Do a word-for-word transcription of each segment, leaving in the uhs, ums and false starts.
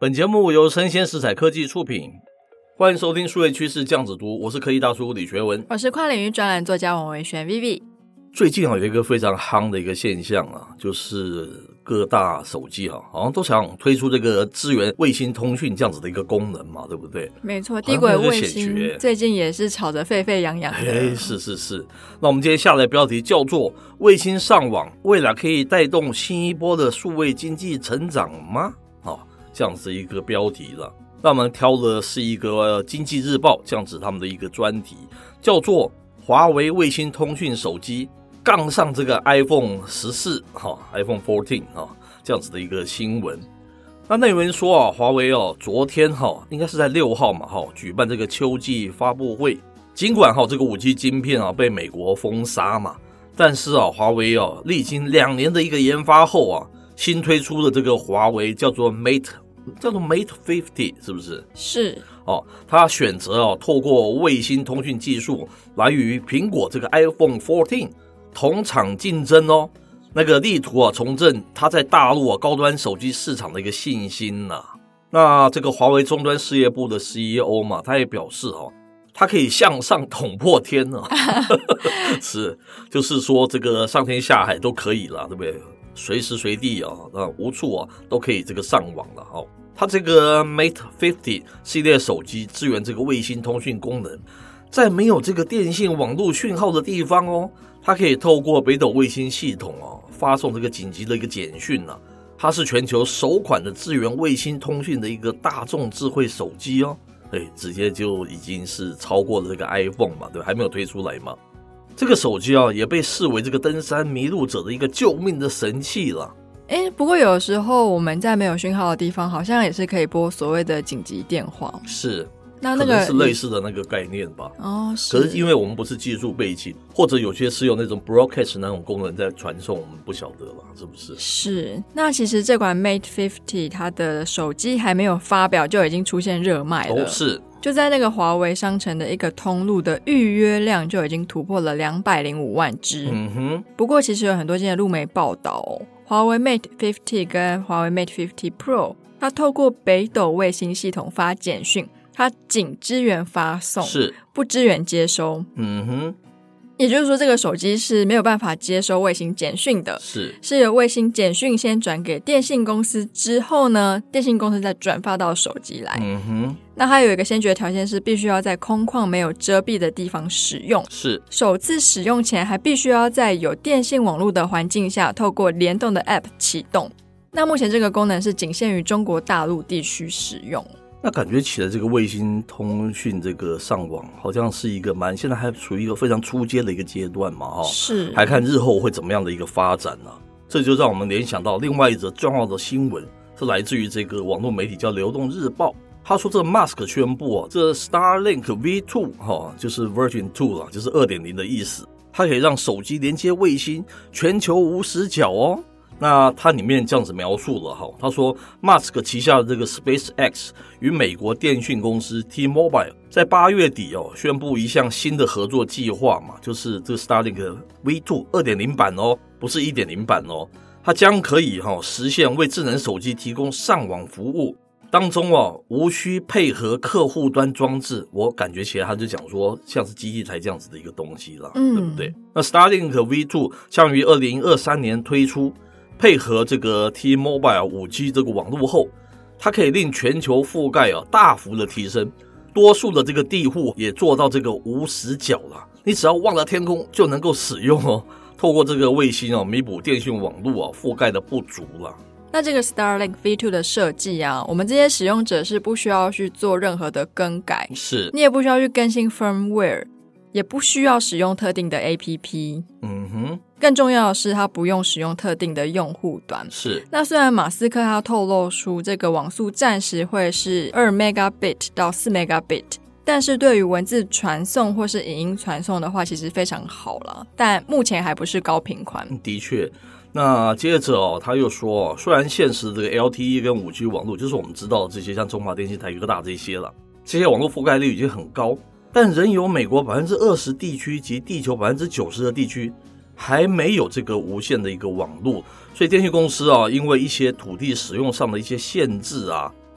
本节目由生鲜食材科技出品，欢迎收听数位趋势酱子读，我是科技大叔李学文， 我是跨领域专栏作家王维璇 Vivi。 最近有一个非常夯的一个现象啊，就是各大手机啊，好像都想推出这个支援卫星通讯这样子的一个功能嘛，对不对？ 没错，低轨卫星最近也是吵得沸沸扬扬的。 哎，是是是。那我们今天下来的标题叫做卫星上网未来可以带动新一波的数位经济成长吗？哦，这样子一个标题了。那我们挑的是一个经济日报这样子他们的一个专题，叫做华为卫星通讯手机杠上这个 iPhone 十四、哦、iPhone 十四、哦、这样子的一个新闻。那内文说啊，华为哦，昨天哈、哦、应该是在六号嘛哈、哦，举办这个秋季发布会。尽管哈、哦、这个 五 G 晶片啊被美国封杀嘛，但是啊华为哦历经两年的一个研发后啊，新推出的这个华为叫做 Mate 叫做 Mate 五十，是不是？ 是哦，他选择哦透过卫星通讯技术来与苹果这个 iPhone 十四同场竞争哦，那个力图啊重振他在大陆啊高端手机市场的一个信心呐、啊。那这个华为终端事业部的 C E O 嘛，他也表示哦，他可以向上捅破天啊，是，就是说这个上天下海都可以了，对不对？随时随地啊，啊无处啊都可以这个上网了哦。它这个 Mate 五十系列手机支援这个卫星通讯功能，在没有这个电信网络讯号的地方哦，它可以透过北斗卫星系统哦发送这个紧急的一个简讯啊。它是全球首款的支援卫星通讯的一个大众智慧手机哦，哎，直接就已经是超过了这个 iPhone 嘛，对，还没有推出来嘛。这个手机啊，也被视为这个登山迷路者的一个救命的神器了。 诶，不过有时候我们在没有讯号的地方，好像也是可以拨所谓的紧急电话。 是， 那那个可能是类似的那个概念吧。 哦，是。 可是因为我们不是技术背景，或者有些是用那种 broadcast 那种功能在传送，我们不晓得了，是不是？ 是。那其实这款 Mate 五十它的手机还没有发表，就已经出现热卖了。 哦，是。 就在那个华为商城的一个通路的预约量就已经突破了两百零五万只。 嗯哼。 不过其实有很多间的路媒报道哦，华为 Mate 五十跟华为 Mate 五十 Pro 它透过北斗卫星系统发简讯，它仅支援发送， 是不支援接收。 嗯哼。 也就是说这个手机是没有办法接收卫星简讯的， 是是由卫星简讯先转给电信公司，之后呢电信公司再转发到手机来。 嗯哼。 那它有一个先决条件是必须要在空旷没有遮蔽的地方使用， 是首次使用前还必须要在有电信网络的环境下透过联动的 App 启动。那目前这个功能是仅限于中国大陆地区使用。 那感觉起来这个卫星通讯这个上网好像是一个蛮现在还处于一个非常初阶的一个阶段嘛、哦、 是，还看日后会怎么样的一个发展呢、啊？这就让我们联想到另外一则重要的新闻，是来自于这个网络媒体叫流动日报。他说这个 Musk 宣布、啊、这 Starlink V 二、哦、就是 Version 二啦，就是 二点零 的意思，它可以让手机连接卫星，全球无死角哦。那它里面这样子描述了哈，他说 Musk 旗下的这个 SpaceX 与美国电讯公司 T-Mobile 在八月底哦宣布一项新的合作计划嘛，就是这个 Starlink V 二 二点零 版哦，不是 一点零 版哦，它将可以哈实现为智能手机提供上网服务。当中哦，无需配合客户端装置，我感觉起来他就讲说像是基地台这样子的一个东西啦、嗯、对不对？那 Starlink V 二 将于二零二三年推出，配合这个 T-Mobile 五 G 这个网络后，它可以令全球覆盖啊大幅的提升，多数的这个地户也做到这个无死角了，你只要望着天空就能够使用哦，透过这个卫星哦弥补电讯网络啊覆盖的不足了。 那这个 Starlink V 二 的设计啊，我们这些使用者是不需要去做任何的更改， 是你也不需要去更新 firmware， 也不需要使用特定的 A P P。 嗯哼， 更重要的是它不用使用特定的用户端。 是。 那虽然马斯克他透露出这个网速暂时会是二 megabit 到四 megabit， 但是对于文字传送或是影音传送的话其实非常好了，但目前还不是高频宽。 的确。那接着哦，他又说、哦、虽然现实这个 L T E 跟 五 G 网络就是我们知道的这些像中华电信、台哥大这些了，这些网络覆盖率已经很高，但仍有美国 百分之二十 地区及地球 百分之九十 的地区还没有这个无线的一个网络，所以电信公司啊，因为一些土地使用上的一些限制啊，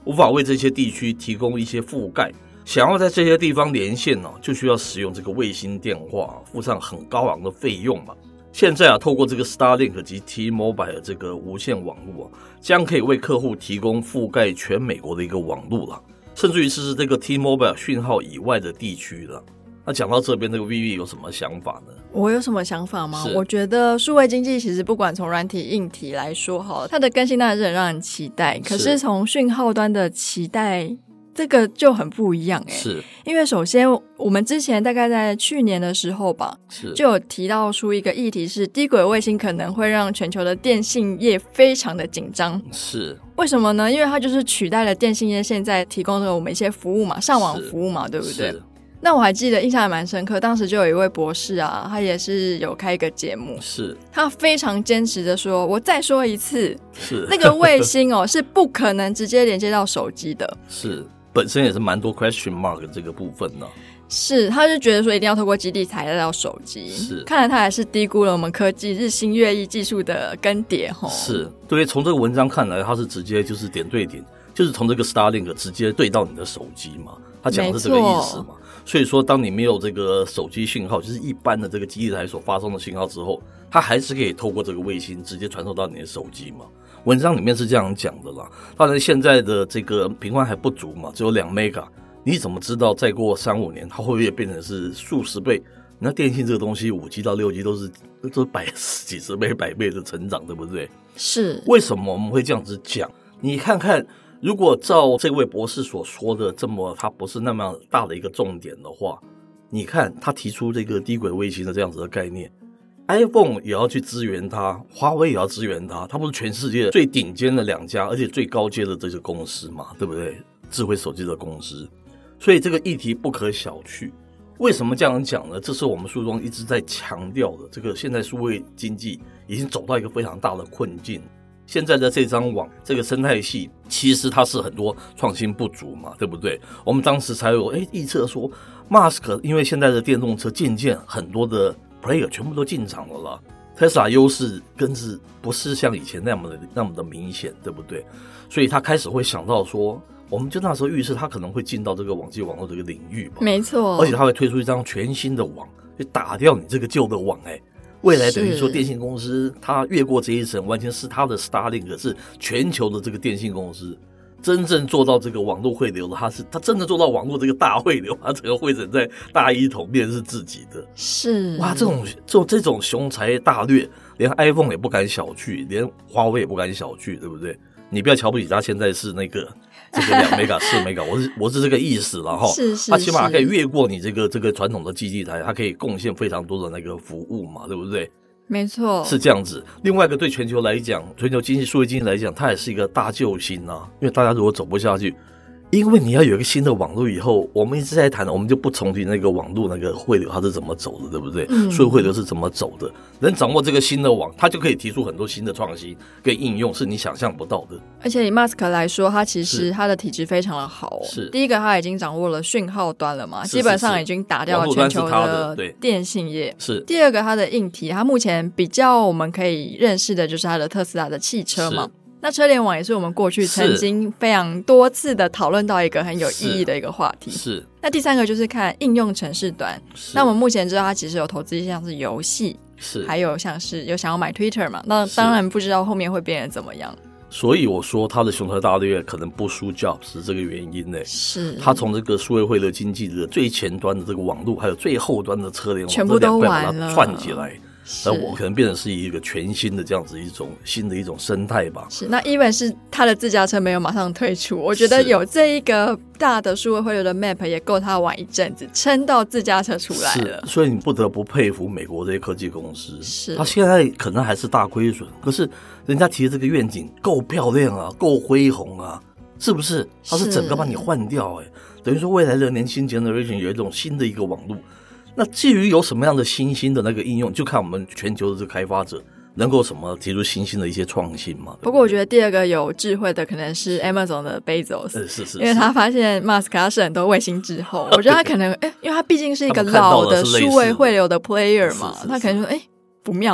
无法为这些地区提供一些覆盖，想要在这些地方连线呢、啊，就需要使用这个卫星电话，付上很高昂的费用嘛。现在啊，透过这个 Starlink 及 T-Mobile 的这个无线网络啊，将可以为客户提供覆盖全美国的一个网络了，甚至于是这个 T-Mobile 讯号以外的地区了。那讲到这边，这个 V V 有什么想法呢？ 我有什么想法吗？我觉得数位经济其实不管从软体硬体来说好了，它的更新当然是很让人期待，可是从讯号端的期待这个就很不一样、欸、 是因为首先我们之前大概在去年的时候吧， 是就有提到出一个议题是低轨卫星可能会让全球的电信业非常的紧张。 是为什么呢？因为它就是取代了电信业现在提供的我们一些服务嘛，上网服务嘛，对不对？那我还记得印象还蛮深刻，当时就有一位博士啊，他也是有开一个节目， 是他非常坚持的说，我再说一次， 是那个卫星哦是不可能直接连接到手机的， 是本身也是蛮多 question mark 这个部分呢、啊。 是，他就觉得说一定要透过基地才带到手机， 是， 看来他还是低估了我们科技日新月异技术的更迭吼。 是，对，从这个文章看来，他是直接就是点对点，就是从这个 Starlink 直接对到你的手机嘛，他讲的是这个意思嘛。所以说，当你没有这个手机讯号，就是一般的这个基地台所发送的讯号之后，它还是可以透过这个卫星直接传送到你的手机嘛。文章里面是这样讲的啦。当然，现在的这个频宽还不足嘛，只有两 mega。你怎么知道再过三五年它会不会变成是数十倍？那电信这个东西，五 G 到六 G 都是都是百几十倍、百倍的成长，对不对？ 是。 为什么我们会这样子讲？你看看。如果照这位博士所说的这么，它不是那么大的一个重点的话，你看他提出这个低轨卫星的这样子的概念 ，iPhone 也要去支援它，华为也要支援它，它不是全世界最顶尖的两家，而且最高阶的这些公司嘛，对不对？智慧手机的公司，所以这个议题不可小觑。为什么这样讲呢？这是我们书中一直在强调的，这个现在数位经济已经走到一个非常大的困境。现在的这张网这个生态系其实它是很多创新不足嘛，对不对？我们当时才有诶预测说 Musk 因为现在的电动车渐渐很多的 player 全部都进场了啦， Tesla 优势更是不是像以前那么的那么的明显，对不对？所以他开始会想到说，我们就那时候预测他可能会进到这个网际网络这个领域嘛， 没错， 而且他会推出一张全新的网去打掉你这个旧的网诶未来等于说电信公司它越过这一层，完全是它的 Starlink 是全球的这个电信公司真正做到这个网络汇流的，它是它真的做到网络这个大汇流，它整个汇整在大一统面是自己的。 是哇，这种这种这种雄才大略，连 iPhone 也不敢小觑，连华为也不敢小觑，对不对？你不要瞧不起它现在是那个这个两 mega 四 mega， 我是我是这个意思了哈。 是是， 它起码可以越过你这个这个传统的基地台，它可以贡献非常多的那个服务嘛，对不对？ 没错， 是这样子。另外一个对全球来讲，全球经济、数位经济来讲，它也是一个大救星啊。因为大家如果走不下去，因为你要有一个新的网络以后，我们一直在谈，我们就不重提那个网络那个汇流它是怎么走的，对不对？嗯，数位汇流是怎么走的？能掌握这个新的网，它就可以提出很多新的创新跟应用，是你想象不到的。 而且以 Musk 来说，他其实他的体质非常的好、哦。 是第一个，他已经掌握了讯号端了嘛，基本上已经打掉了全球的电信业。 是第二个，他的硬体，他目前比较我们可以认识的就是他的特斯拉的汽车嘛。那车联网也是我们过去曾经非常多次的讨论到一个很有意义的一个话题。 是。 那第三个就是看应用程式端。那我们目前知道它其实有投资一项是游戏， 是， 还有像是有想要买 Twitter 嘛，那当然不知道后面会变得怎么样。 所以我说他的雄才大略可能不输 Jobs 是这个原因呢。 是， 他从这个数位汇流经济的最前端的这个网络，还有最后端的车联网， 全部都完了， 串起来。那我可能变成是一个全新的这样子一种新的一种生态吧。 是，那 even 是他的自驾车没有马上退出，我觉得有这一个大的数位汇流的 map 也够他玩一阵子，撑到自驾车出来了。 所以你不得不佩服美国这些科技公司。 是， 他现在可能还是大亏损，可是人家提的这个愿景够漂亮啊，够恢宏啊，是不是？他是整个把你换掉哎、欸，等于说未来的年轻 generation 有一种新的一个网络。那至于有什么样的新兴的那个应用，就看我们全球的这个开发者能够什么提出新兴的一些创新嘛。 不过我觉得第二个有智慧的可能是 Amazon 的 Bezos，、 嗯、是是是， 因為他发现 Musk 他是很多卫星之后，我觉得他可能哎，因为他毕竟是一个老的数位汇流的 player 嘛，他可能说哎不妙哦，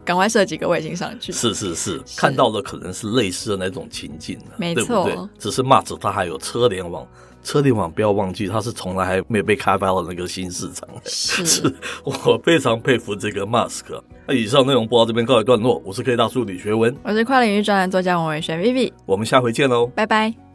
赶快射几个卫星上去。 是是是，看到的可能是类似的那种情境， 没错， 对不对？只是 Mars 它还有车联网，车联网不要忘记，它是从来还没有被开发的那个新市场。 是, 是我非常佩服这个 Musk。那以上内容播到这边告一段落，我是 K 大叔李学文， 我是跨领域专栏作家王伟轩 Vivi， 我们下回见喽， 拜拜。